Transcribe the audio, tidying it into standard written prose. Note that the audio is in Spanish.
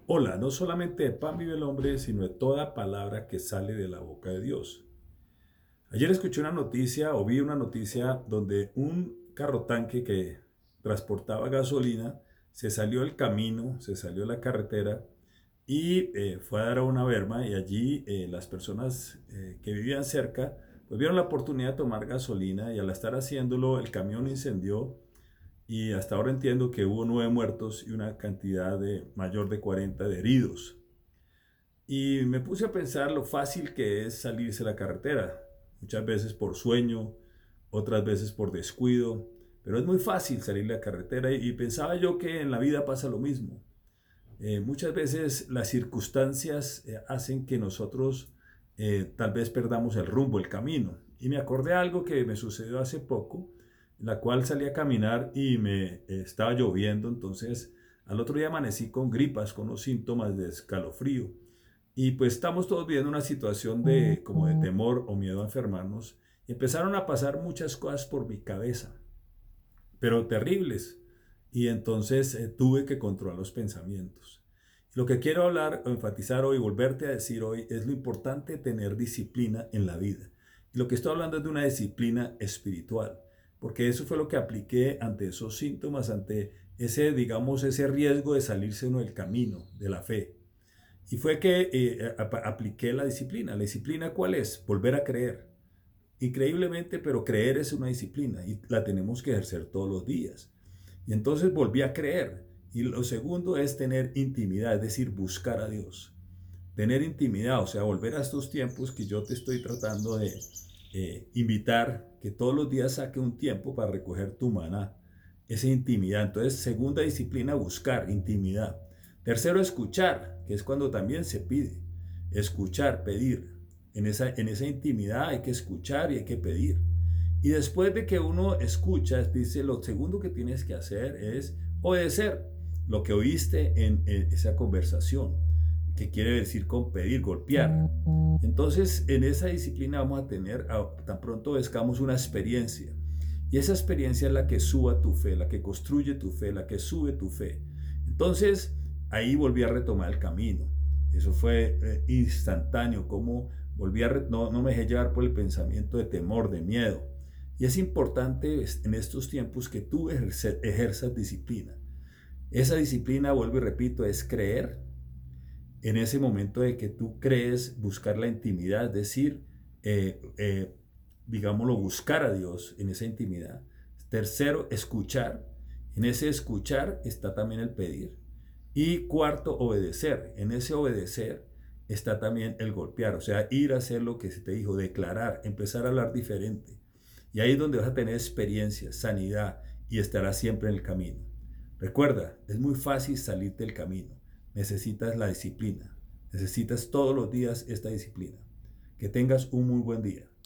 Hola, no solamente de pan vive el hombre, sino de toda palabra que sale de la boca de Dios. Ayer escuché una noticia o vi una noticia donde un carro tanque que transportaba gasolina se salió del camino, se salió de la carretera y fue a dar a una berma y allí las personas que vivían cerca pues vieron la oportunidad de tomar gasolina y al estar haciéndolo el camión incendió y hasta ahora entiendo que hubo 9 muertos y una cantidad de mayor de 40 de heridos. Y me puse a pensar lo fácil que es salirse a la carretera, muchas veces por sueño, otras veces por descuido, pero es muy fácil salir a la carretera y pensaba yo que en la vida pasa lo mismo. Muchas veces las circunstancias hacen que nosotros tal vez perdamos el rumbo, el camino. Y me acordé de algo que me sucedió hace poco, en la cual salí a caminar y me estaba lloviendo, entonces al otro día amanecí con gripas, con los síntomas de escalofrío. Y pues estamos todos viviendo una situación de como de temor o miedo a enfermarnos. Y empezaron a pasar muchas cosas por mi cabeza, pero terribles. Y entonces tuve que controlar los pensamientos. Lo que quiero hablar o enfatizar hoy, volverte a decir hoy, es lo importante de tener disciplina en la vida. Y lo que estoy hablando es de una disciplina espiritual, porque eso fue lo que apliqué ante esos síntomas, ante ese, digamos, ese riesgo de salirse uno del camino de la fe. Y fue que apliqué la disciplina. ¿La disciplina cuál es? Volver a creer. Increíblemente, pero creer es una disciplina y la tenemos que ejercer todos los días. Y entonces volví a creer. Y lo segundo es tener intimidad, es decir, buscar a Dios. Tener intimidad, o sea, volver a estos tiempos que yo te estoy tratando de invitar, que todos los días saque un tiempo para recoger tu maná, esa intimidad. Entonces, segunda disciplina, buscar intimidad. Tercero, escuchar, que es cuando también se pide. Escuchar, pedir. En esa intimidad hay que escuchar y hay que pedir. Y después de que uno escucha, dice, lo segundo que tienes que hacer es obedecer lo que oíste en esa conversación, que quiere decir con pedir, golpear. Entonces, en esa disciplina vamos a tener, tan pronto vezcamos una experiencia. Y esa experiencia es la que suba tu fe, la que construye tu fe, la que sube tu fe. Entonces, ahí volví a retomar el camino. Eso fue instantáneo, como no me dejé llevar por el pensamiento de temor, de miedo. Y es importante en estos tiempos que tú ejerzas disciplina. Esa disciplina, vuelvo y repito, es creer en ese momento de que tú crees, buscar la intimidad, es decir, digámoslo, buscar a Dios en esa intimidad. Tercero, escuchar. En ese escuchar está también el pedir. Y cuarto, obedecer. En ese obedecer está también el golpear, o sea, ir a hacer lo que se te dijo, declarar, empezar a hablar diferente. Y ahí es donde vas a tener experiencia, sanidad y estarás siempre en el camino. Recuerda, es muy fácil salirte del camino. Necesitas la disciplina. Necesitas todos los días esta disciplina. Que tengas un muy buen día.